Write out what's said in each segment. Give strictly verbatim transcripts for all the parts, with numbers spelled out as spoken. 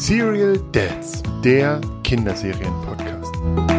Serial Dads, der Kinderserien-Podcast.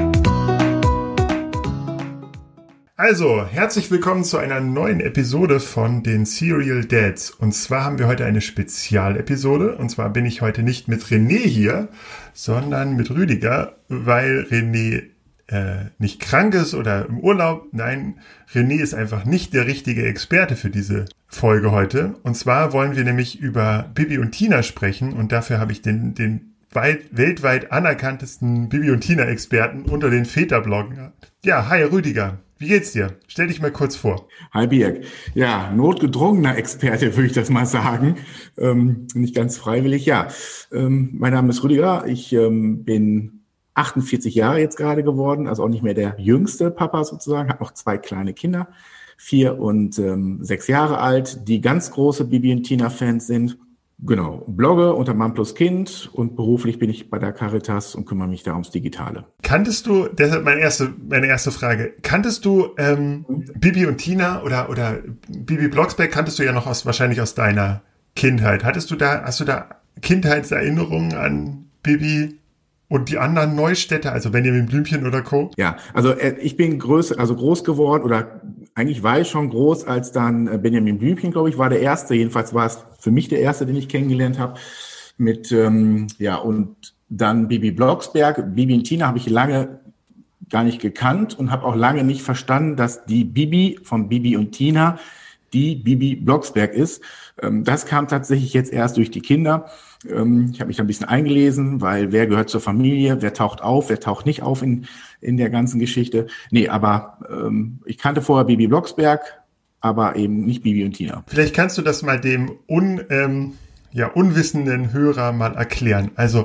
Also, herzlich willkommen zu einer neuen Episode von den Serial Dads. Und zwar haben wir heute eine Spezialepisode. Und zwar bin ich heute nicht mit René hier, sondern mit Rüdiger, weil René äh, nicht krank ist oder im Urlaub. Nein, René ist einfach nicht der richtige Experte für diese Folge heute. Und zwar wollen wir nämlich über Bibi und Tina sprechen. Und dafür habe ich den, den weit, weltweit anerkanntesten Bibi und Tina-Experten unter den Väterbloggern. Ja, hi Rüdiger. Wie geht's dir? Stell dich mal kurz vor. Hi Birg. Ja, notgedrungener Experte, würde ich das mal sagen. Ähm, nicht ganz freiwillig, ja. Ähm, mein Name ist Rüdiger. Ich ähm, bin achtundvierzig Jahre jetzt gerade geworden, also auch nicht mehr der jüngste Papa sozusagen. Habe noch zwei kleine Kinder, vier und ähm, sechs Jahre alt, die ganz große Bibi und Tina-Fans sind. Genau, blogge unter Mann plus Kind und beruflich bin ich bei der Caritas und kümmere mich da ums Digitale. Kanntest du, deshalb meine erste, meine erste Frage, kanntest du ähm, Bibi und Tina oder, oder Bibi Blocksberg kanntest du ja noch aus, wahrscheinlich aus deiner Kindheit. Hattest du da, hast du da Kindheitserinnerungen an Bibi und die anderen Neustädter, also Benjamin Blümchen oder Co.? Ja, also äh, ich bin größer, also groß geworden oder eigentlich war ich schon groß, als dann äh, Benjamin Blümchen, glaube ich, war der erste. Jedenfalls war es für mich der erste, den ich kennengelernt habe. Mit ähm, ja und dann Bibi Blocksberg. Bibi und Tina habe ich lange gar nicht gekannt und habe auch lange nicht verstanden, dass die Bibi von Bibi und Tina die Bibi Blocksberg ist. Ähm, das kam tatsächlich jetzt erst durch die Kinder. Ähm, ich habe mich da ein bisschen eingelesen, weil wer gehört zur Familie, wer taucht auf, wer taucht nicht auf in in der ganzen Geschichte. Nee, aber ähm, ich kannte vorher Bibi Blocksberg, aber eben nicht Bibi und Tina. Vielleicht kannst du das mal dem un, ähm, ja, unwissenden Hörer mal erklären. Also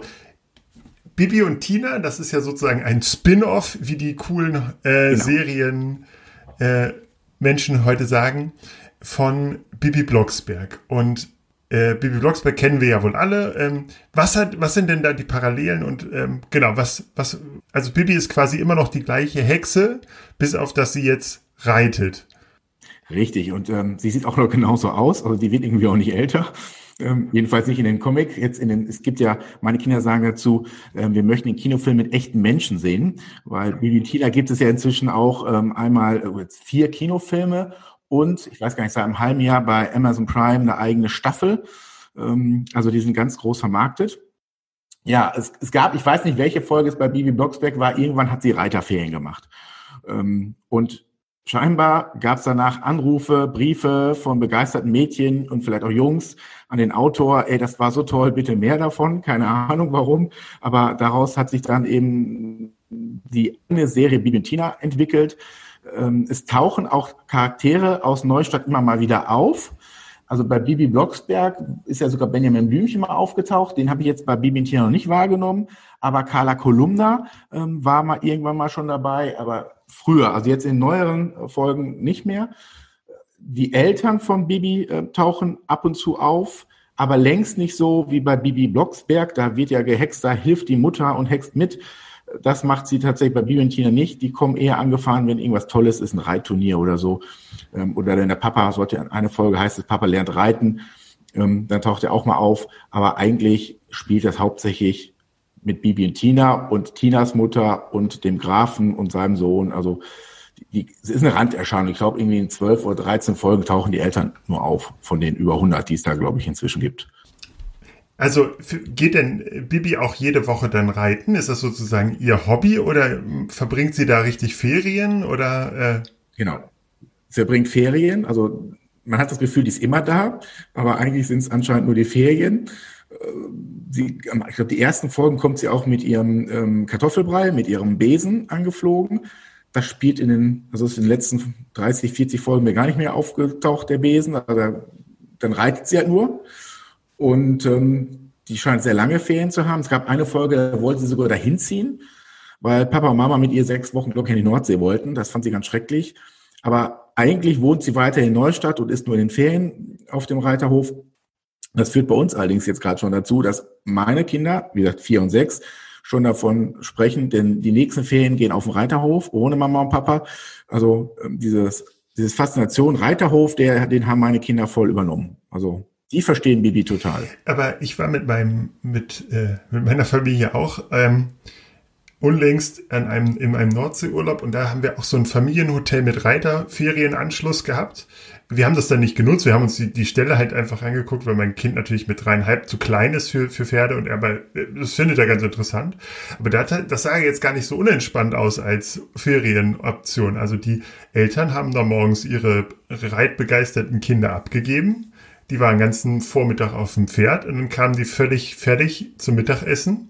Bibi und Tina, das ist ja sozusagen ein Spin-off, wie die coolen äh, genau. Serien äh, Menschen heute sagen, von Bibi Blocksberg. Und äh, Bibi Blocksberg kennen wir ja wohl alle. Ähm, was hat, was sind denn da die Parallelen? Und ähm, genau, was, was, also Bibi ist quasi immer noch die gleiche Hexe, bis auf dass sie jetzt reitet. Richtig, und ähm, sie sieht auch noch genauso aus, also die wird irgendwie auch nicht älter. Ähm, jedenfalls nicht in den Comic. Jetzt in den, es gibt ja, meine Kinder sagen dazu, ähm, wir möchten den Kinofilm mit echten Menschen sehen, weil Bibi und Tina gibt es ja inzwischen auch ähm, einmal äh, jetzt vier Kinofilme und ich weiß gar nicht, seit einem halben Jahr bei Amazon Prime eine eigene Staffel. Ähm, also die sind ganz groß vermarktet. Ja, es, es gab, ich weiß nicht, welche Folge es bei Bibi Blocksberg war, irgendwann hat sie Reiterferien gemacht. Ähm, und scheinbar gab es danach Anrufe, Briefe von begeisterten Mädchen und vielleicht auch Jungs an den Autor, ey, das war so toll, bitte mehr davon, keine Ahnung warum, aber daraus hat sich dann eben die eine Serie Bibi und Tina entwickelt. Es tauchen auch Charaktere aus Neustadt immer mal wieder auf. Also bei Bibi Blocksberg ist ja sogar Benjamin Blümchen mal aufgetaucht. Den habe ich jetzt bei Bibi und Tina noch nicht wahrgenommen. Aber Carla Kolumna ähm, war mal irgendwann mal schon dabei, aber früher, also jetzt in neueren Folgen nicht mehr. Die Eltern von Bibi äh, tauchen ab und zu auf, aber längst nicht so wie bei Bibi Blocksberg. Da wird ja gehext, da hilft die Mutter und hext mit. Das macht sie tatsächlich bei Bibi und Tina nicht. Die kommen eher angefahren, wenn irgendwas Tolles ist, ein Reitturnier oder so. Ähm, oder wenn der Papa, sollte eine Folge heißt es, Papa lernt reiten, ähm, dann taucht er auch mal auf. Aber eigentlich spielt das hauptsächlich mit Bibi und Tina und Tinas Mutter und dem Grafen und seinem Sohn. Also die, es ist eine Randerscheinung. Ich glaube, irgendwie in zwölf oder dreizehn Folgen tauchen die Eltern nur auf, von den über hundert, die es da, glaube ich, inzwischen gibt. Also geht denn Bibi auch jede Woche dann reiten? Ist das sozusagen ihr Hobby oder verbringt sie da richtig Ferien? Oder? Äh? Genau. Sie verbringt Ferien. Also man hat das Gefühl, die ist immer da, aber eigentlich sind es anscheinend nur die Ferien. Sie, ich glaube, die ersten Folgen kommt sie auch mit ihrem ähm, Kartoffelbrei, mit ihrem Besen angeflogen. Das spielt in den, also ist in den letzten dreißig, vierzig Folgen mir gar nicht mehr aufgetaucht, der Besen. Also dann reitet sie halt nur. Und ähm, die scheint sehr lange Ferien zu haben. Es gab eine Folge, da wollte sie sogar dahin ziehen, weil Papa und Mama mit ihr sechs Wochen, glaube ich, in die Nordsee wollten. Das fand sie ganz schrecklich. Aber eigentlich wohnt sie weiter in Neustadt und ist nur in den Ferien auf dem Reiterhof. Das führt bei uns allerdings jetzt gerade schon dazu, dass meine Kinder, wie gesagt vier und sechs, schon davon sprechen, denn die nächsten Ferien gehen auf den Reiterhof ohne Mama und Papa. Also ähm, dieses, dieses Faszination Reiterhof, der, den haben meine Kinder voll übernommen. Also Die verstehen Bibi total. Aber ich war mit meinem, mit, äh, mit meiner Familie auch ähm, unlängst an einem, in einem Nordseeurlaub und da haben wir auch so ein Familienhotel mit Reiterferienanschluss gehabt. Wir haben das dann nicht genutzt, wir haben uns die, die Stelle halt einfach angeguckt, weil mein Kind natürlich mit dreieinhalb zu klein ist für, für Pferde und er aber, das findet er ganz interessant. Aber das, das sah jetzt gar nicht so unentspannt aus als Ferienoption. Also die Eltern haben da morgens ihre reitbegeisterten Kinder abgegeben. Die waren den ganzen Vormittag auf dem Pferd und dann kamen die völlig fertig zum Mittagessen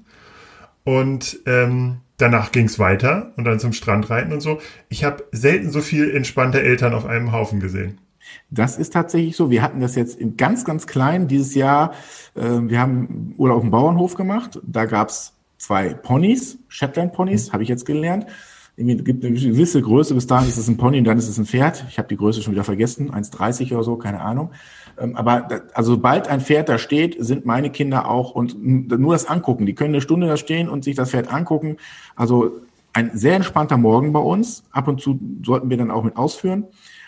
und ähm, danach ging's weiter und dann zum Strandreiten und so. Ich habe selten so viel entspannte Eltern auf einem Haufen gesehen. Das ist tatsächlich so. Wir hatten das jetzt in ganz, ganz klein dieses Jahr. Äh, wir haben Urlaub auf dem Bauernhof gemacht. Da gab's zwei Ponys, Shetland-Ponys, mhm. habe ich jetzt gelernt. Es gibt eine gewisse Größe, bis dahin ist es ein Pony und dann ist es ein Pferd. Ich habe die Größe schon wieder vergessen, eins dreißig oder so, keine Ahnung. Aber also sobald ein Pferd da steht, sind meine Kinder auch und nur das angucken. Die können eine Stunde da stehen und sich das Pferd angucken. Also ein sehr entspannter Morgen bei uns. Ab und zu sollten wir dann auch mit ausführen.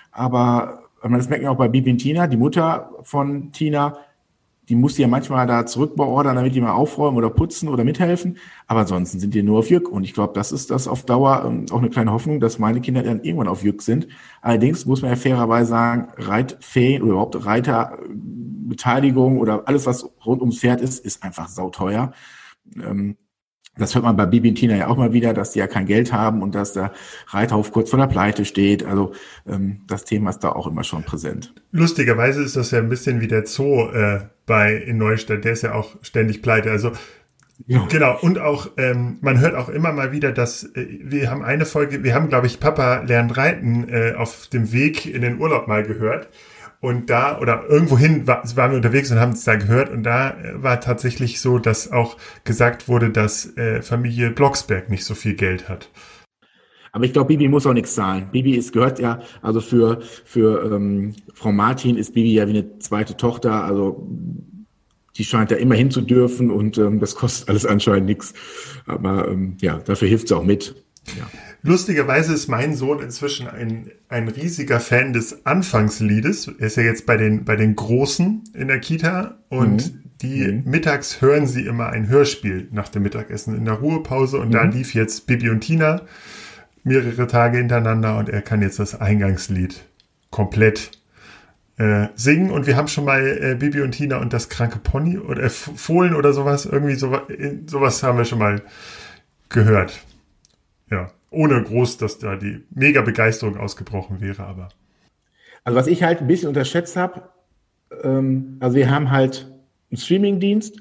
Aber das merken wir auch bei Bibi und Tina, die Mutter von Tina, die muss die ja manchmal da zurückbeordern, damit die mal aufräumen oder putzen oder mithelfen. Aber ansonsten sind die nur auf Jück. Und ich glaube, das ist das auf Dauer ähm, auch eine kleine Hoffnung, dass meine Kinder dann irgendwann auf Jück sind. Allerdings muss man ja fairerweise sagen, Reitferien oder überhaupt Reiterbeteiligung oder alles, was rund ums Pferd ist, ist einfach sauteuer. Ähm, Das hört man bei Bibi und Tina ja auch mal wieder, dass die ja kein Geld haben und dass der Reiterhof kurz vor der Pleite steht. Also ähm, das Thema ist da auch immer schon präsent. Lustigerweise ist das ja ein bisschen wie der Zoo äh, bei in Neustadt. Der ist ja auch ständig pleite. Also ja. Genau. Und auch ähm, man hört auch immer mal wieder, dass äh, wir haben eine Folge, wir haben glaube ich Papa lernt reiten äh, auf dem Weg in den Urlaub mal gehört. Und da, oder irgendwohin war, waren wir unterwegs und haben es da gehört. Und da war tatsächlich so, dass auch gesagt wurde, dass äh, Familie Blocksberg nicht so viel Geld hat. Aber ich glaube, Bibi muss auch nichts zahlen. Bibi ist, gehört ja, also für, für ähm, Frau Martin ist Bibi ja wie eine zweite Tochter. Also die scheint da immer hin zu dürfen und ähm, das kostet alles anscheinend nichts. Aber ähm, ja, dafür hilft sie auch mit. Ja. Lustigerweise ist mein Sohn inzwischen ein, ein riesiger Fan des Anfangsliedes. Er ist ja jetzt bei den, bei den Großen in der Kita und mhm. die mhm. mittags hören sie immer ein Hörspiel nach dem Mittagessen in der Ruhepause und mhm. da lief jetzt Bibi und Tina mehrere Tage hintereinander und er kann jetzt das Eingangslied komplett äh, singen und wir haben schon mal äh, Bibi und Tina und das kranke Pony oder äh, Fohlen oder sowas, irgendwie sowas, sowas haben wir schon mal gehört. Ja. Ohne groß, dass da die mega Begeisterung ausgebrochen wäre, aber. Also was ich halt ein bisschen unterschätzt habe, ähm, also wir haben halt einen Streamingdienst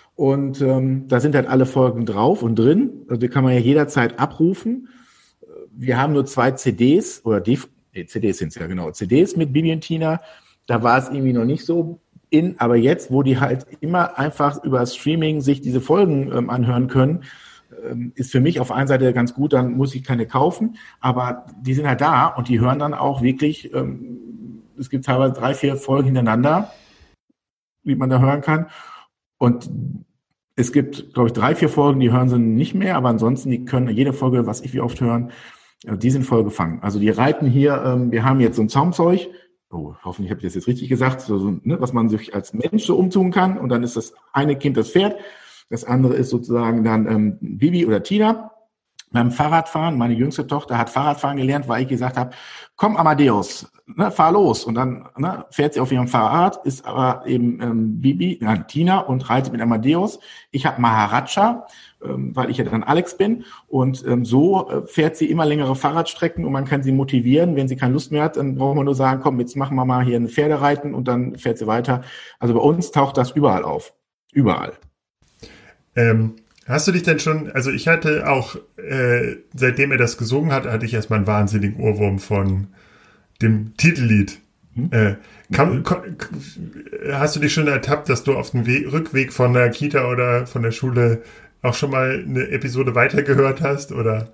und ähm, da sind halt alle Folgen drauf und drin. Also die kann man ja jederzeit abrufen. Wir haben nur zwei C Ds oder D V D, nee, C Ds sind es ja genau, C Ds mit Bibi und Tina. Da war es irgendwie noch nicht so in, aber jetzt, wo die halt immer einfach über Streaming sich diese Folgen ähm, anhören können, ist für mich auf einer Seite ganz gut, dann muss ich keine kaufen, aber die sind halt da und die hören dann auch wirklich, ähm, es gibt teilweise drei, vier Folgen hintereinander, wie man da hören kann und es gibt, glaube ich, drei, vier Folgen, die hören sie nicht mehr, aber ansonsten, die können jede Folge, was ich wie oft hören, die sind voll gefangen. Also die reiten hier, ähm, wir haben jetzt so ein Zaumzeug, oh, hoffentlich habe ich das jetzt richtig gesagt, so, so, ne, was man sich als Mensch so umtun kann und dann ist das eine Kind das Pferd. Das andere ist sozusagen dann ähm, Bibi oder Tina. Beim Fahrradfahren, meine jüngste Tochter hat Fahrradfahren gelernt, weil ich gesagt habe, komm Amadeus, ne, fahr los. Und dann ne, fährt sie auf ihrem Fahrrad, ist aber eben ähm, Bibi, nein, Tina und reitet mit Amadeus. Ich habe Maharaja, ähm, weil ich ja dann Alex bin. Und ähm, so äh, fährt sie immer längere Fahrradstrecken und man kann sie motivieren. Wenn sie keine Lust mehr hat, dann braucht man nur sagen, komm, jetzt machen wir mal hier ein Pferdereiten und dann fährt sie weiter. Also bei uns taucht das überall auf. Überall. Ähm, hast du dich denn schon, also ich hatte auch, äh, seitdem er das gesungen hat, hatte ich erstmal einen wahnsinnigen Ohrwurm von dem Titellied. Hm? Äh, kann, kann, hast du dich schon ertappt, dass du auf dem Weg, Rückweg von der Kita oder von der Schule auch schon mal eine Episode weitergehört hast, oder?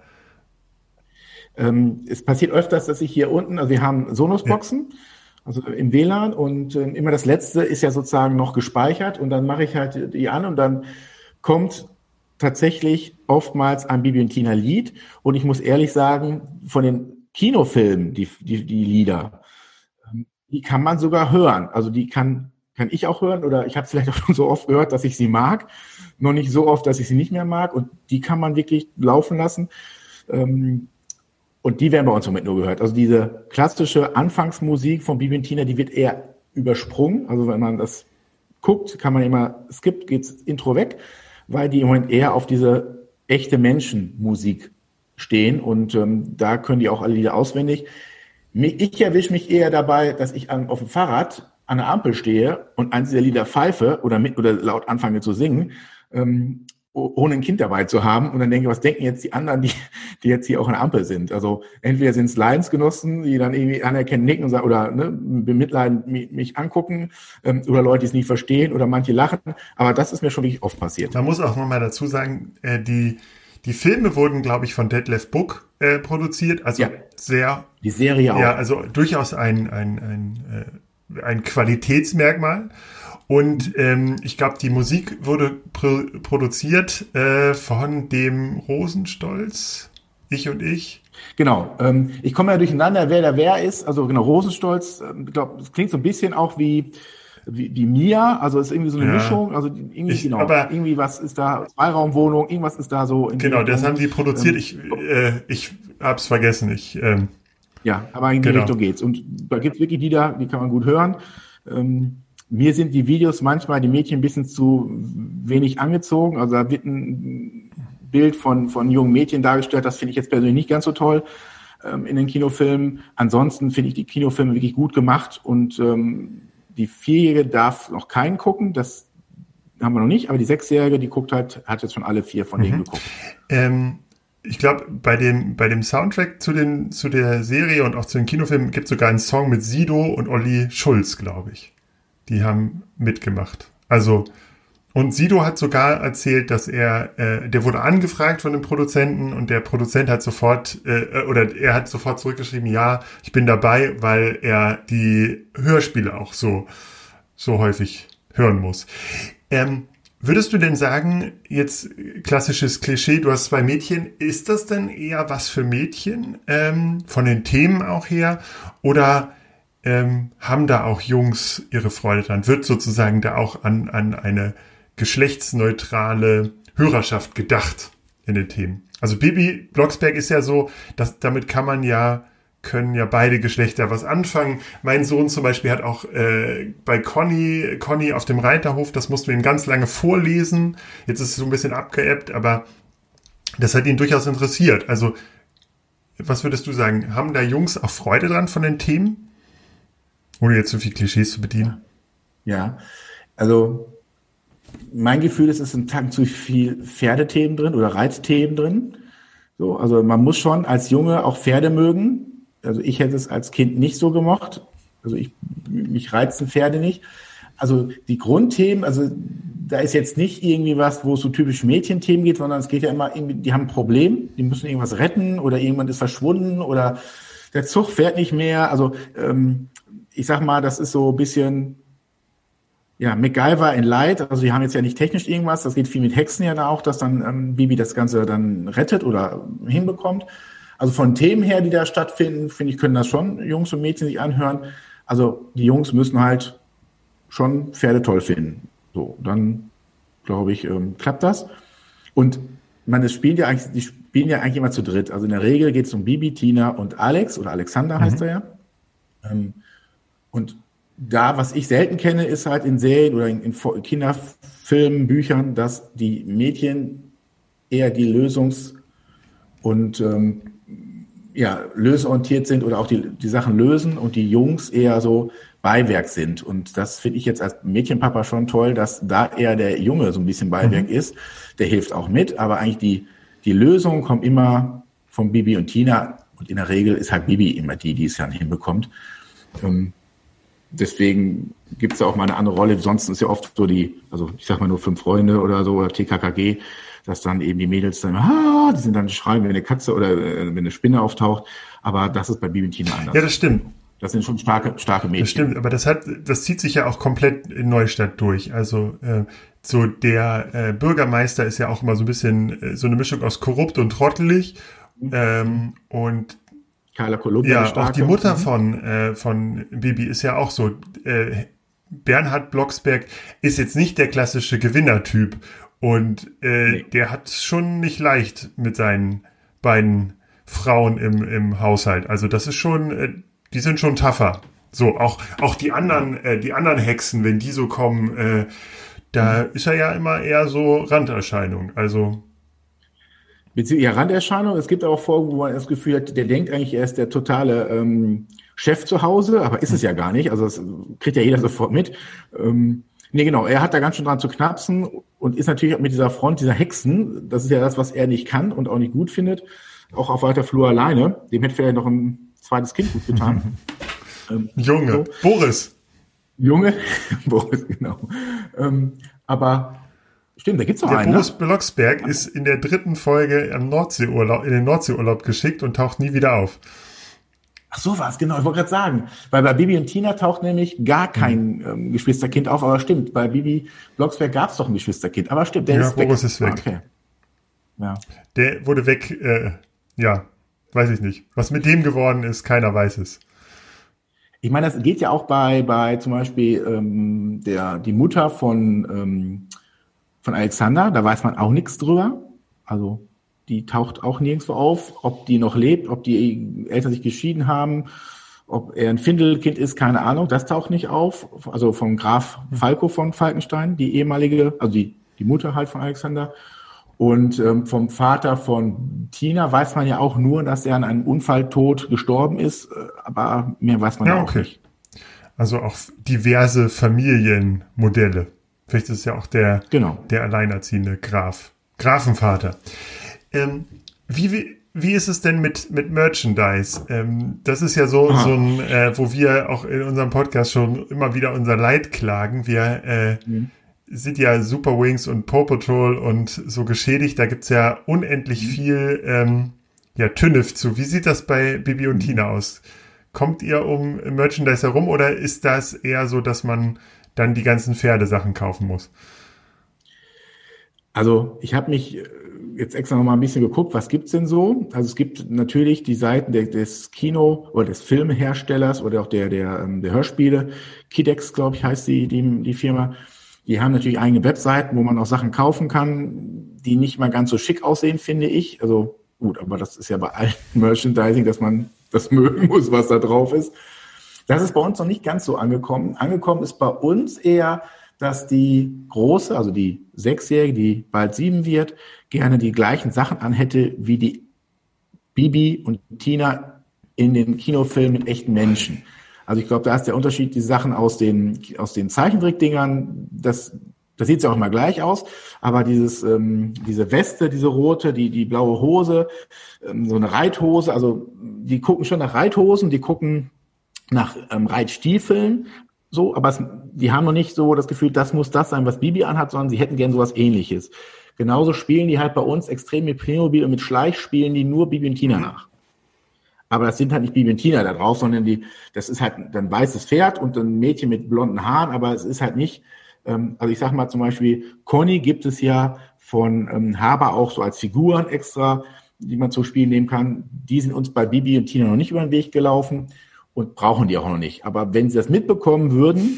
Ähm, es passiert öfters, dass ich hier unten, also wir haben Sonos-Boxen, ja. Also im W L A N und äh, immer das letzte ist ja sozusagen noch gespeichert und dann mache ich halt die an und dann kommt tatsächlich oftmals ein Bibi und Tina Lied und ich muss ehrlich sagen, von den Kinofilmen, die, die, die Lieder, die kann man sogar hören. Also die kann kann ich auch hören oder ich habe es vielleicht auch schon so oft gehört, dass ich sie mag. Noch nicht so oft, dass ich sie nicht mehr mag und die kann man wirklich laufen lassen. Ähm, und die werden bei uns im Moment nur gehört. Also diese klassische Anfangsmusik von Bibi und Tina, die wird eher übersprungen. Also wenn man das guckt, kann man immer, skippt, geht's Intro weg, weil die im Moment eher auf diese echte Menschenmusik stehen und ähm, da können die auch alle Lieder auswendig. Ich erwische mich eher dabei, dass ich an, auf dem Fahrrad an der Ampel stehe und eins dieser Lieder pfeife oder mit oder laut anfange zu singen, ähm, ohne ein Kind dabei zu haben und dann denke, was denken jetzt die anderen, die, die jetzt hier auch an der Ampel sind? Also entweder sind es Leidensgenossen, die dann irgendwie anerkennen, nicken und sagen, oder ne, bemitleiden, mich, mich angucken, ähm, oder Leute, die es nicht verstehen oder manche lachen. Aber das ist mir schon wirklich oft passiert. Man muss auch nochmal dazu sagen, äh, die, die Filme wurden, glaube ich, von Detlef Book äh, produziert. Also ja, sehr. Die Serie auch. Ja, also durchaus ein, ein, ein, äh, ein Qualitätsmerkmal. Und ähm, ich glaube, die Musik wurde pro- produziert äh, von dem Rosenstolz, Ich und Ich. Genau. Ähm, ich komme ja durcheinander, wer da wer ist. Also genau, Rosenstolz, ich glaube, es klingt so ein bisschen auch wie wie, wie Mia, also ist irgendwie so eine ja. Mischung. Also irgendwie, ich, genau, aber irgendwie was ist da, Zweiraumwohnung, irgendwas ist da so. In genau, das haben die produziert. Ähm, ich äh, ich hab's vergessen. Ich ähm, ja, aber in die genau. Richtung geht's. Und da gibt's wirklich Lieder, die kann man gut hören. Ähm, Mir sind die Videos manchmal die Mädchen ein bisschen zu wenig angezogen. Also da wird ein Bild von, von jungen Mädchen dargestellt. Das finde ich jetzt persönlich nicht ganz so toll ähm, in den Kinofilmen. Ansonsten finde ich die Kinofilme wirklich gut gemacht. Und ähm, die Vierjährige darf noch keinen gucken. Das haben wir noch nicht. Aber die Sechsjährige, die guckt halt, hat jetzt schon alle vier von mhm. denen geguckt. Ähm, ich glaube, bei dem, bei dem Soundtrack zu, den, zu der Serie und auch zu den Kinofilmen gibt es sogar einen Song mit Sido und Olli Schulz, glaube ich. Die haben mitgemacht. Also, und Sido hat sogar erzählt, dass er, äh, der wurde angefragt von dem Produzenten und der Produzent hat sofort, äh, oder er hat sofort zurückgeschrieben, ja, ich bin dabei, weil er die Hörspiele auch so, so häufig hören muss. Ähm, würdest du denn sagen, jetzt klassisches Klischee, du hast zwei Mädchen, ist das denn eher was für Mädchen, ähm, von den Themen auch her, oder Ähm, haben da auch Jungs ihre Freude dran? Wird sozusagen da auch an, an eine geschlechtsneutrale Hörerschaft gedacht in den Themen? Also Bibi Blocksberg ist ja so, dass damit kann man ja, können ja beide Geschlechter was anfangen. Mein Sohn zum Beispiel hat auch äh, bei Conny, Conny auf dem Reiterhof, das mussten wir ihm ganz lange vorlesen. Jetzt ist es so ein bisschen abgeebbt, aber das hat ihn durchaus interessiert. Also was würdest du sagen? Haben da Jungs auch Freude dran von den Themen? Ohne jetzt so viel Klischees zu bedienen. Ja, also mein Gefühl ist, es sind Tacken zu viel Pferdethemen drin oder Reitthemen drin. So, also man muss schon als Junge auch Pferde mögen. Also ich hätte es als Kind nicht so gemocht. Also ich, mich reizen Pferde nicht. Also die Grundthemen, also da ist jetzt nicht irgendwie was, wo es so typisch Mädchenthemen geht, sondern es geht ja immer irgendwie, die haben ein Problem, die müssen irgendwas retten oder irgendwann ist verschwunden oder der Zug fährt nicht mehr. Also ähm, ich sag mal, das ist so ein bisschen, ja, MacGyver in Light. Also die haben jetzt ja nicht technisch irgendwas. Das geht viel mit Hexen ja da auch, dass dann ähm, Bibi das Ganze dann rettet oder hinbekommt. Also von Themen her, die da stattfinden, finde ich, können das schon Jungs und Mädchen sich anhören. Also die Jungs müssen halt schon Pferde toll finden. So, dann glaube ich, ähm, klappt das. Und man, es spielen ja eigentlich, die spielen ja eigentlich immer zu dritt. Also in der Regel geht es um Bibi, Tina und Alex oder Alexander heißt mhm. er ja. Ähm, Und da, was ich selten kenne, ist halt in Serien oder in, in Kinderfilmen, Büchern, dass die Mädchen eher die Lösungs- und ähm, ja, lösorientiert sind oder auch die, die Sachen lösen und die Jungs eher so Beiwerk sind. Und das finde ich jetzt als Mädchenpapa schon toll, dass da eher der Junge so ein bisschen Beiwerk mhm. ist. Der hilft auch mit, aber eigentlich die, die Lösung kommt immer von Bibi und Tina. Und in der Regel ist halt Bibi immer die, die es dann hinbekommt. Ähm, Deswegen gibt es da auch mal eine andere Rolle. Sonst ist ja oft so die, also ich sag mal nur fünf Freunde oder so, oder T K K G, dass dann eben die Mädels dann, ah, die sind dann schreien, wenn eine Katze oder äh, wenn eine Spinne auftaucht. Aber das ist bei Bibi und Tina anders. Ja, das stimmt. Das sind schon starke, starke Mädchen. Das stimmt, aber das hat, das zieht sich ja auch komplett in Neustadt durch. Also äh, so der äh, Bürgermeister ist ja auch immer so ein bisschen äh, so eine Mischung aus korrupt und trottelig. Mhm. Ähm, und Carla Kolumna. Ja, auch die Mutter von, äh, von Bibi ist ja auch so, äh, Bernhard Blocksberg ist jetzt nicht der klassische Gewinnertyp und äh, nee. der hat es schon nicht leicht mit seinen beiden Frauen im, im Haushalt. Also das ist schon, äh, die sind schon tougher. So, auch, auch die anderen, äh, die anderen Hexen, wenn die so kommen, äh, da mhm. ist er ja immer eher so Randerscheinung. Also Beziehungsweise ja, Randerscheinung. Es gibt auch Folgen, wo man das Gefühl hat, der denkt eigentlich, er ist der totale ähm, Chef zu Hause, aber ist es ja gar nicht. Also das kriegt ja jeder sofort mit. Ähm, nee, genau, er hat da ganz schön dran zu knapsen und ist natürlich mit dieser Front dieser Hexen, das ist ja das, was er nicht kann und auch nicht gut findet, auch auf weiter Flur alleine. Dem hätte vielleicht noch ein zweites Kind gut getan. ähm, Junge, so. Boris. Junge, Boris, genau. Ähm, aber stimmt, da gibt's noch der einen. Der Boris ne? Blocksberg ist in der dritten Folge am Nordseeurlaub, in den Nordseeurlaub geschickt und taucht nie wieder auf. Ach so war's, genau, ich wollte gerade sagen. Weil bei Bibi und Tina taucht nämlich gar kein ähm, Geschwisterkind auf, aber stimmt, bei Bibi Blocksberg gab's doch ein Geschwisterkind, aber stimmt, der ja, ist Boris weg. ist weg. Ah, okay. Ja. Der wurde weg, äh, ja, weiß ich nicht. Was mit dem geworden ist, keiner weiß es. Ich meine, das geht ja auch bei, bei zum Beispiel ähm, der, die Mutter von, ähm, von Alexander, da weiß man auch nichts drüber. Also die taucht auch nirgendwo auf, ob die noch lebt, ob die Eltern sich geschieden haben, ob er ein Findelkind ist, keine Ahnung, das taucht nicht auf. Also von Graf Falco von Falkenstein, die ehemalige, also die, die Mutter halt von Alexander. Und ähm, vom Vater von Tina weiß man ja auch nur, dass er an einem Unfalltod gestorben ist, aber mehr weiß man ja, auch okay. nicht. Also auch diverse Familienmodelle. Vielleicht ist es ja auch der, genau. der alleinerziehende Graf, Grafenvater. Ähm, wie, wie, wie ist es denn mit, mit Merchandise? Ähm, das ist ja so, so ein, äh, wo wir auch in unserem Podcast schon immer wieder unser Leid klagen. Wir äh, mhm. sind ja Super Wings und Paw Patrol und so geschädigt. Da gibt's ja unendlich mhm. viel ähm, ja, Tünnef zu. Wie sieht das bei Bibi und mhm. Tina aus? Kommt ihr um Merchandise herum oder ist das eher so, dass man dann die ganzen Pferdesachen kaufen muss? Also ich habe mich jetzt extra noch mal ein bisschen geguckt, was gibt's denn so? Also es gibt natürlich die Seiten der, des Kino- oder des Filmeherstellers oder auch der der der Hörspiele. Kidex, glaube ich, heißt die, die die Firma. Die haben natürlich eigene Webseiten, wo man auch Sachen kaufen kann, die nicht mal ganz so schick aussehen, finde ich. Also gut, aber das ist ja bei allen Merchandising, dass man das mögen muss, was da drauf ist. Das ist bei uns noch nicht ganz so angekommen. Angekommen ist bei uns eher, dass die Große, also die Sechsjährige, die bald sieben wird, gerne die gleichen Sachen anhätte wie die Bibi und Tina in den Kinofilmen mit echten Menschen. Also ich glaube, da ist der Unterschied, die Sachen aus den aus den Zeichentrickdingern, das das sieht ja auch immer gleich aus, aber dieses ähm, diese Weste, diese rote, die die blaue Hose, ähm, so eine Reithose, also die gucken schon nach Reithosen, die gucken nach ähm, Reitstiefeln, so, aber es, die haben noch nicht so das Gefühl, das muss das sein, was Bibi anhat, sondern sie hätten gern sowas Ähnliches. Genauso spielen die halt bei uns extrem mit Playmobil und mit Schleich spielen die nur Bibi und Tina nach. Aber das sind halt nicht Bibi und Tina da drauf, sondern die, das ist halt ein weißes Pferd und ein Mädchen mit blonden Haaren, aber es ist halt nicht, ähm, also ich sag mal zum Beispiel, Conny gibt es ja von ähm, Haber auch so als Figuren extra, die man zum Spielen nehmen kann. Die sind uns bei Bibi und Tina noch nicht über den Weg gelaufen und brauchen die auch noch nicht. Aber wenn sie das mitbekommen würden,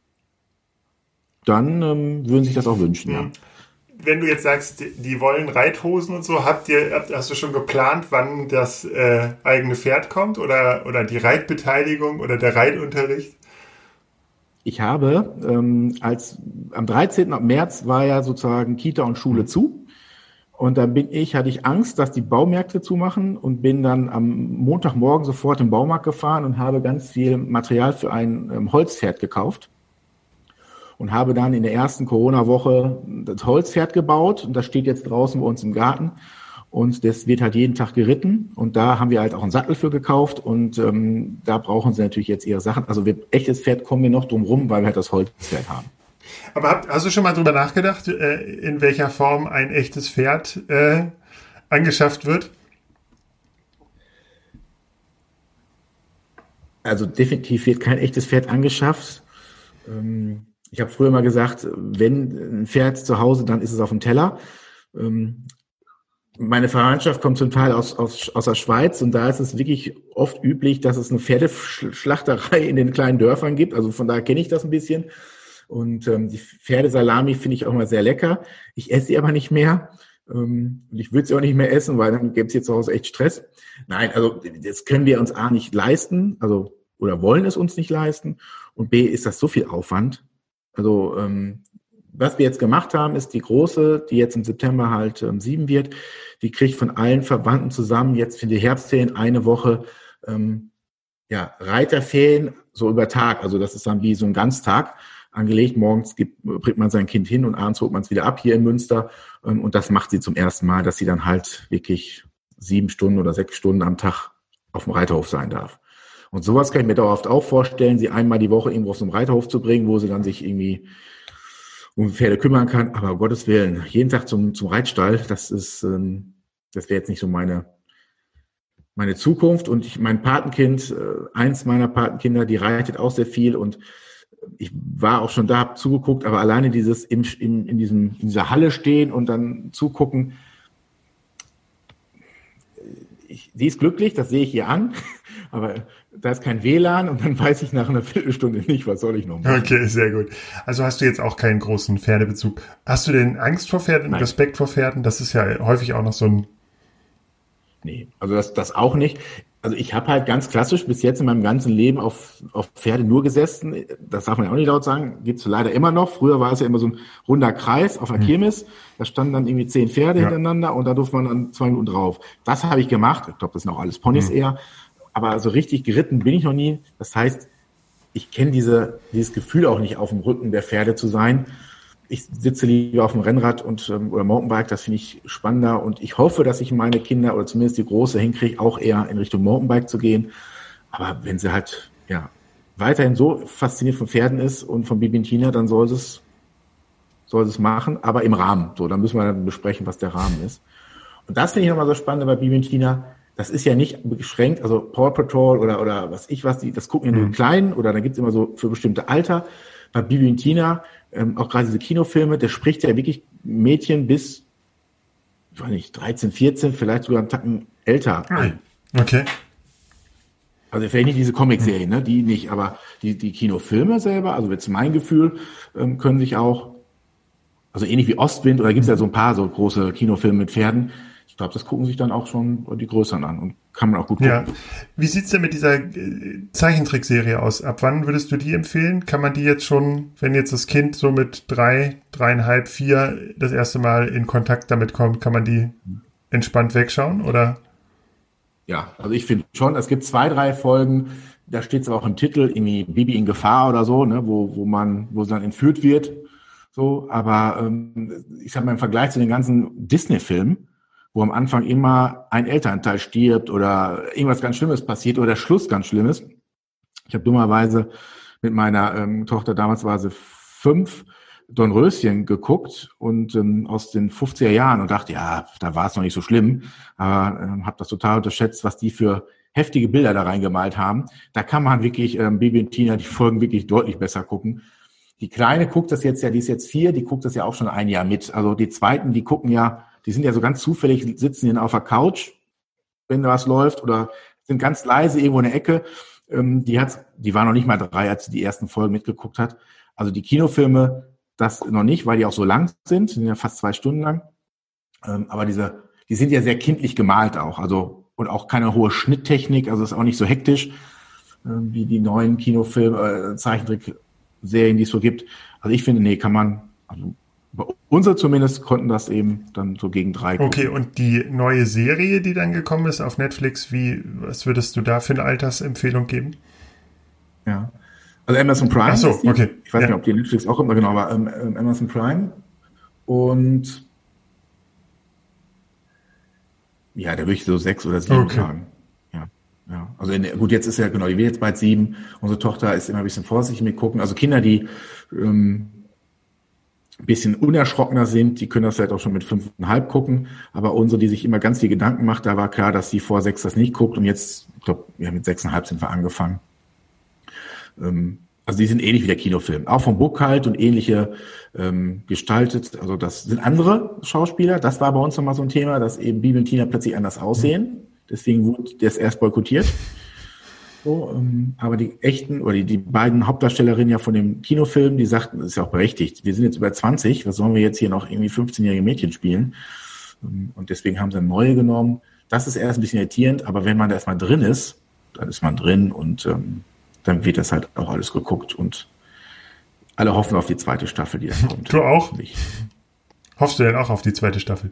dann ähm, würden sie sich das auch wünschen, ja. Wenn du jetzt sagst, die, die wollen Reithosen und so, habt ihr, habt, hast du schon geplant, wann das äh, eigene Pferd kommt oder, oder die Reitbeteiligung oder der Reitunterricht? Ich habe, ähm, als am dreizehnten März war ja sozusagen Kita und Schule mhm. zu. Und dann bin ich, hatte ich Angst, dass die Baumärkte zumachen und bin dann am Montagmorgen sofort im Baumarkt gefahren und habe ganz viel Material für ein ähm, Holzpferd gekauft. Und habe dann in der ersten Corona-Woche das Holzpferd gebaut. Und das steht jetzt draußen bei uns im Garten. Und das wird halt jeden Tag geritten. Und da haben wir halt auch einen Sattel für gekauft. Und ähm, da brauchen sie natürlich jetzt ihre Sachen. Also wir, echtes Pferd kommen wir noch drum rum, weil wir halt das Holzpferd haben. Aber hab, hast du schon mal drüber nachgedacht, äh, in welcher Form ein echtes Pferd äh, angeschafft wird? Also definitiv wird kein echtes Pferd angeschafft. Ähm, Ich habe früher mal gesagt, wenn ein Pferd zu Hause, dann ist es auf dem Teller. Ähm, meine Verwandtschaft kommt zum Teil aus, aus, aus der Schweiz und da ist es wirklich oft üblich, dass es eine Pferdeschlachterei in den kleinen Dörfern gibt. Also von daher kenne ich das ein bisschen. Und ähm, die Pferdesalami finde ich auch immer sehr lecker. Ich esse sie aber nicht mehr. Ähm, und ich würde sie auch nicht mehr essen, weil dann gäbe es jetzt zu Hause echt Stress. Nein, also das können wir uns A nicht leisten, also oder wollen es uns nicht leisten. Und B ist das so viel Aufwand. Also ähm, was wir jetzt gemacht haben, ist die Große, die jetzt im September halt ähm, sieben wird, die kriegt von allen Verwandten zusammen jetzt für die Herbstferien eine Woche ähm, ja, Reiterferien so über Tag. Also das ist dann wie so ein Ganztag angelegt. Morgens gibt, bringt man sein Kind hin und abends holt man es wieder ab hier in Münster. Ähm, und das macht sie zum ersten Mal, dass sie dann halt wirklich sieben Stunden oder sechs Stunden am Tag auf dem Reiterhof sein darf. Und sowas kann ich mir dauerhaft auch vorstellen, sie einmal die Woche irgendwo auf so einem Reiterhof zu bringen, wo sie dann sich irgendwie um Pferde kümmern kann. Aber um Gottes Willen, jeden Tag zum, zum Reitstall, das ist, ähm, das wäre jetzt nicht so meine, meine Zukunft. Und ich, mein Patenkind, äh, eins meiner Patenkinder, die reitet auch sehr viel und ich war auch schon da, hab zugeguckt, aber alleine dieses im, in, in, diesem, in dieser Halle stehen und dann zugucken, ich, sie ist glücklich, das sehe ich ihr an, aber da ist kein W L A N und dann weiß ich nach einer Viertelstunde nicht, was soll ich noch machen. Okay, sehr gut. Also hast du jetzt auch keinen großen Pferdebezug. Hast du denn Angst vor Pferden, Nein. Respekt vor Pferden? Das ist ja häufig auch noch so ein... Nee, also das, das auch nicht. Also ich habe halt ganz klassisch bis jetzt in meinem ganzen Leben auf, auf Pferde nur gesessen. Das darf man ja auch nicht laut sagen. Gibt's leider immer noch. Früher war es ja immer so ein runder Kreis auf der Mhm. Kirmes. Da standen dann irgendwie zehn Pferde Ja. hintereinander und da durfte man dann zwei Minuten drauf. Das habe ich gemacht. Ich glaube, das sind auch alles Ponys Mhm. eher. Aber so richtig geritten bin ich noch nie. Das heißt, ich kenne diese, dieses Gefühl auch nicht, auf dem Rücken der Pferde zu sein. Ich sitze lieber auf dem Rennrad und ähm, oder Mountainbike, das finde ich spannender und ich hoffe, dass ich meine Kinder oder zumindest die Große hinkriege, auch eher in Richtung Mountainbike zu gehen. Aber wenn sie halt ja weiterhin so fasziniert von Pferden ist und von Bibi und Tina, dann soll sie es soll sie es machen, aber im Rahmen. So, dann müssen wir dann besprechen, was der Rahmen ist. Und das finde ich nochmal so spannend bei Bibi und Tina. Das ist ja nicht beschränkt, also Paw Patrol oder oder was ich was, die das gucken ja nur Mhm. die Kleinen oder da gibt's immer so für bestimmte Alter. Bei Bibi und Tina, ähm, auch gerade diese Kinofilme, der spricht ja wirklich Mädchen bis, ich weiß nicht, dreizehn, vierzehn, vielleicht sogar einen Tacken älter an. Okay. Also vielleicht nicht diese Comicserien, ne, die nicht, aber die, die Kinofilme selber, also jetzt mein Gefühl, ähm, können sich auch, also ähnlich wie Ostwind, oder gibt's ja so ein paar so große Kinofilme mit Pferden, ich glaube, das gucken sich dann auch schon die Größeren an und kann man auch gut gucken. Ja. Wie sieht's denn mit dieser äh, Zeichentrickserie aus? Ab wann würdest du die empfehlen? Kann man die jetzt schon, wenn jetzt das Kind so mit drei, dreieinhalb, vier das erste Mal in Kontakt damit kommt, kann man die entspannt wegschauen, oder? Ja, also ich finde schon, es gibt zwei, drei Folgen, da steht es auch im Titel, irgendwie Bibi in Gefahr oder so, ne, wo, wo man, wo sie dann entführt wird. So, aber ähm, ich sag mal, im Vergleich zu den ganzen Disney-Filmen, wo am Anfang immer ein Elternteil stirbt oder irgendwas ganz Schlimmes passiert oder der Schluss ganz schlimm ist. Ich habe dummerweise mit meiner ähm, Tochter, damals war sie fünf, Dornröschen geguckt und ähm, aus den fünfziger Jahren und dachte, ja, da war es noch nicht so schlimm, aber ähm, habe das total unterschätzt, was die für heftige Bilder da reingemalt haben. Da kann man wirklich, ähm, Bibi und Tina, die Folgen wirklich deutlich besser gucken. Die Kleine guckt das jetzt ja, die ist jetzt vier, die guckt das ja auch schon ein Jahr mit. Also die Zweiten, die gucken ja, die sind ja so ganz zufällig, sitzen hier auf der Couch, wenn da was läuft, oder sind ganz leise irgendwo in der Ecke. Ähm, die hat, die war noch nicht mal drei, als sie die ersten Folgen mitgeguckt hat. Also die Kinofilme, das noch nicht, weil die auch so lang sind, sind ja fast zwei Stunden lang. Ähm, aber diese, die sind ja sehr kindlich gemalt auch, also und auch keine hohe Schnitttechnik, also ist auch nicht so hektisch ähm, wie die neuen Kinofilme, äh, Zeichentrickserien, die es so gibt. Also ich finde, nee, kann man, also bei unsere zumindest konnten das eben dann so gegen drei gucken. Okay, und die neue Serie, die dann gekommen ist auf Netflix, wie, was würdest du da für eine Altersempfehlung geben? Ja. Also Amazon Prime. Ach so, ist die. okay. Ich weiß Ja. nicht, ob die Netflix auch immer, genau, aber ähm, ähm, Amazon Prime. Und ja, da würde ich so sechs oder sieben Okay. sagen. Ja, ja. Also in, der- gut, jetzt ist ja genau, die wird jetzt bald sieben. Unsere Tochter ist immer ein bisschen vorsichtig mit gucken. Also Kinder, die ähm, ein bisschen unerschrockener sind, die können das vielleicht auch schon mit fünfeinhalb gucken. Aber unsere, die sich immer ganz viel Gedanken macht, da war klar, dass sie vor sechs das nicht guckt. Und jetzt, ich glaube, ja, mit sechseinhalb sind wir angefangen. Ähm, Also die sind ähnlich wie der Kinofilm. Auch vom Book halt und ähnliche ähm, gestaltet. Also das sind andere Schauspieler. Das war bei uns nochmal so ein Thema, dass eben Bibi und Tina plötzlich anders aussehen. Deswegen wurde das erst boykottiert. So, ähm, aber die echten oder die, die beiden Hauptdarstellerinnen ja von dem Kinofilm, die sagten, das ist ja auch berechtigt, wir sind jetzt über zwanzig, was sollen wir jetzt hier noch irgendwie fünfzehnjährige Mädchen spielen? Ähm, und deswegen haben sie eine neue genommen. Das ist erst ein bisschen irritierend, aber wenn man da erstmal drin ist, dann ist man drin und ähm, dann wird das halt auch alles geguckt und alle hoffen auf die zweite Staffel, die dann kommt. Du auch? Nicht. Hoffst du denn auch auf die zweite Staffel?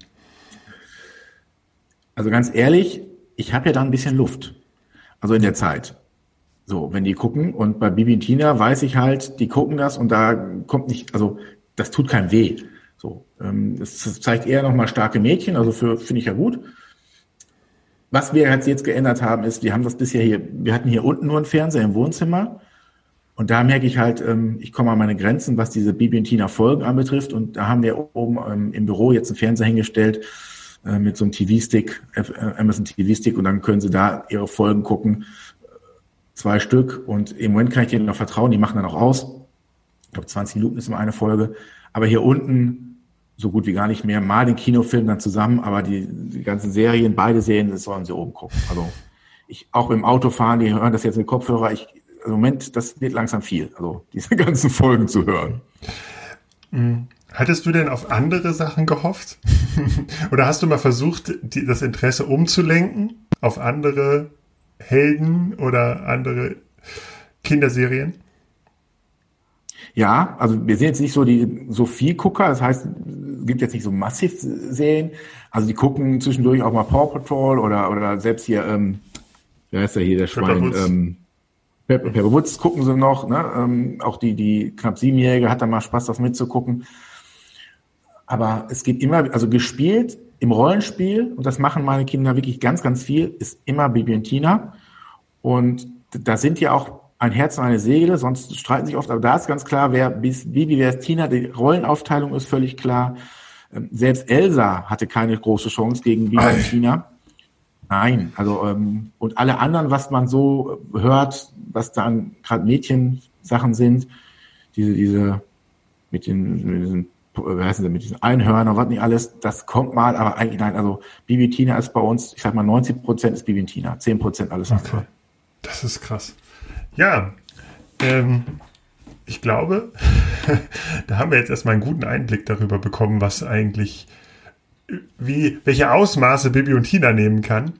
Also ganz ehrlich, ich habe ja da ein bisschen Luft. Also in der Zeit. So, wenn die gucken und bei Bibi und Tina weiß ich halt, die gucken das und da kommt nicht, also das tut keinem weh. So, ähm, es zeigt eher nochmal starke Mädchen, also für finde ich ja gut. Was wir jetzt geändert haben, ist, wir haben das bisher hier, wir hatten hier unten nur einen Fernseher im Wohnzimmer und da merke ich halt, ich komme an meine Grenzen, was diese Bibi und Tina Folgen anbetrifft und da haben wir oben im Büro jetzt einen Fernseher hingestellt mit so einem T V-Stick, Amazon T V-Stick und dann können sie da ihre Folgen gucken, zwei Stück und im Moment kann ich denen noch vertrauen, die machen dann auch aus. Ich glaube, zwanzig Minuten ist immer eine Folge, aber hier unten so gut wie gar nicht mehr, mal den Kinofilm dann zusammen, aber die, die ganzen Serien, beide Serien, das sollen sie oben gucken. Also ich auch beim Autofahren, die hören das jetzt mit Kopfhörer, ich, im Moment, das wird langsam viel, also diese ganzen Folgen zu hören. Hattest du denn auf andere Sachen gehofft? Oder hast du mal versucht, die, das Interesse umzulenken auf andere Helden oder andere Kinderserien? Ja, also wir sind jetzt nicht so die so viel Gucker, das heißt, es gibt jetzt nicht so massiv Serien. Also die gucken zwischendurch auch mal Paw Patrol oder oder selbst hier, ähm, wie heißt der hier, der Schwein, ähm, Pepper, Pepper Woods gucken sie noch, ne? Ähm, auch die die knapp Siebenjährige hat da mal Spaß, das mitzugucken. Aber es geht immer, also gespielt im Rollenspiel, und das machen meine Kinder wirklich ganz, ganz viel, ist immer Bibi und Tina. Und da sind ja auch ein Herz und eine Seele, sonst streiten sich oft, aber da ist ganz klar, wer Bibi, wer ist Tina, die Rollenaufteilung ist völlig klar. Selbst Elsa hatte keine große Chance gegen Bibi und Tina. Nein, also ähm, und alle anderen, was man so hört, was dann gerade Mädchensachen sind, diese, diese mit den, mit diesen, wie heißen sie, mit diesen Einhörnern, was nicht alles, das kommt mal, aber eigentlich nein, also Bibi und Tina ist bei uns, ich sag mal neunzig Prozent ist Bibi und Tina, zehn Prozent alles andere. Okay. Das ist krass. Ja, ähm, ich glaube, da haben wir jetzt erstmal einen guten Einblick darüber bekommen, was eigentlich, wie, welche Ausmaße Bibi und Tina nehmen kann.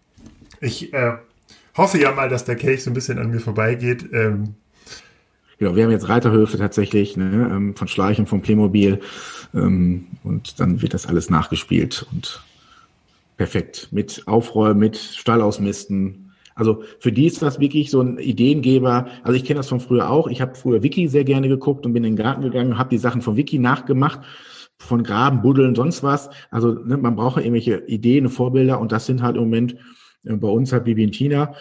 Ich äh, hoffe ja mal, dass der Kelch so ein bisschen an mir vorbeigeht. Ähm, Genau, wir haben jetzt Reiterhöfe tatsächlich, ne, ähm, von Schleichen, von Playmobil, ähm, und dann wird das alles nachgespielt und perfekt mit Aufräumen, mit Stall ausmisten. Also für die ist das wirklich so ein Ideengeber. Also ich kenne das von früher auch. Ich habe früher Wiki sehr gerne geguckt und bin in den Garten gegangen, habe die Sachen von Wiki nachgemacht, von Graben, Buddeln, sonst was. Also ne, man braucht ja irgendwelche Ideen, Vorbilder und das sind halt im Moment äh, bei uns halt Bibi und Tina.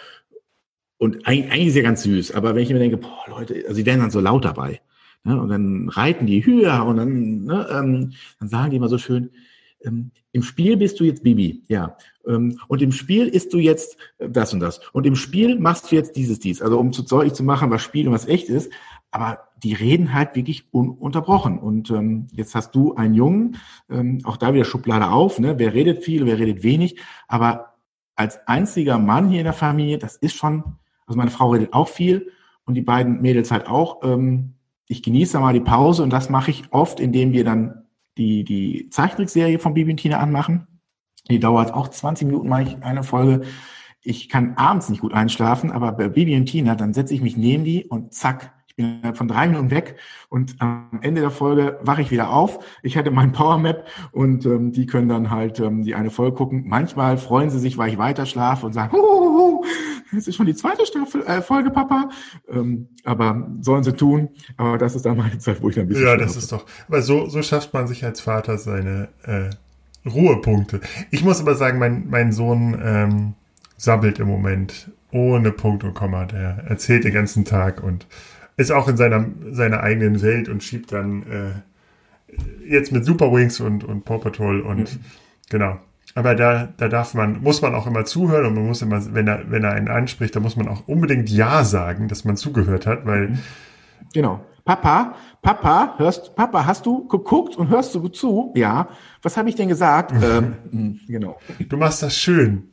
Und eigentlich, eigentlich ist ja ganz süß. Aber wenn ich mir denke, boah Leute, also die werden dann so laut dabei. Ne? Und dann reiten die höher und dann, ne, ähm, dann sagen die immer so schön, Ähm, im Spiel bist du jetzt Bibi, ja. Ähm, und im Spiel isst du jetzt das und das. Und im Spiel machst du jetzt dieses, dies. Also um zu deutlich zu machen, was Spiel und was echt ist. Aber die reden halt wirklich ununterbrochen. Und ähm, jetzt hast du einen Jungen, ähm, auch da wieder Schublade auf, ne? Wer redet viel, wer redet wenig. Aber als einziger Mann hier in der Familie, das ist schon, also meine Frau redet auch viel und die beiden Mädels halt auch. Ähm, ich genieße mal die Pause und das mache ich oft, indem wir dann die die Zeichentrickserie von Bibi und Tina anmachen. Die dauert auch zwanzig Minuten, mache ich eine Folge. Ich kann abends nicht gut einschlafen, aber bei Bibi und Tina, dann setze ich mich neben die und zack, ich bin von drei Minuten weg und am Ende der Folge wache ich wieder auf. Ich hatte mein Powermap und ähm, die können dann halt ähm, die eine Folge gucken. Manchmal freuen sie sich, weil ich weiter schlafe und sagen, huhuhu, das ist schon die zweite Staffel, äh, Folge, Papa. Ähm, aber sollen sie tun. Aber das ist dann meine Zeit, wo ich dann ein bisschen Ja, das ist doch, weil so, so schafft man sich als Vater seine äh, Ruhepunkte. Ich muss aber sagen, mein, mein Sohn ähm, sabbelt im Moment ohne Punkt und Komma. Der erzählt den ganzen Tag und ist auch in seiner, seiner eigenen Welt und schiebt dann äh, jetzt mit Super Wings und, und Paw Patrol und mhm. genau. Aber da, da darf man, muss man auch immer zuhören und man muss immer, wenn er, wenn er einen anspricht, da muss man auch unbedingt Ja sagen, dass man zugehört hat, weil mhm. Genau. Papa, Papa, hörst, Papa, hast du geguckt und hörst du gut zu? Ja. Was habe ich denn gesagt? ähm, genau. Du machst das schön.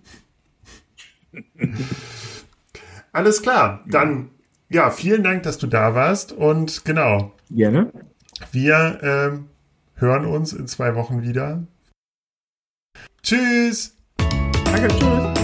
Alles klar. Dann, ja, vielen Dank, dass du da warst. Und genau. Gerne. Wir ähm, hören uns in zwei Wochen wieder. Tschüss. Danke, tschüss.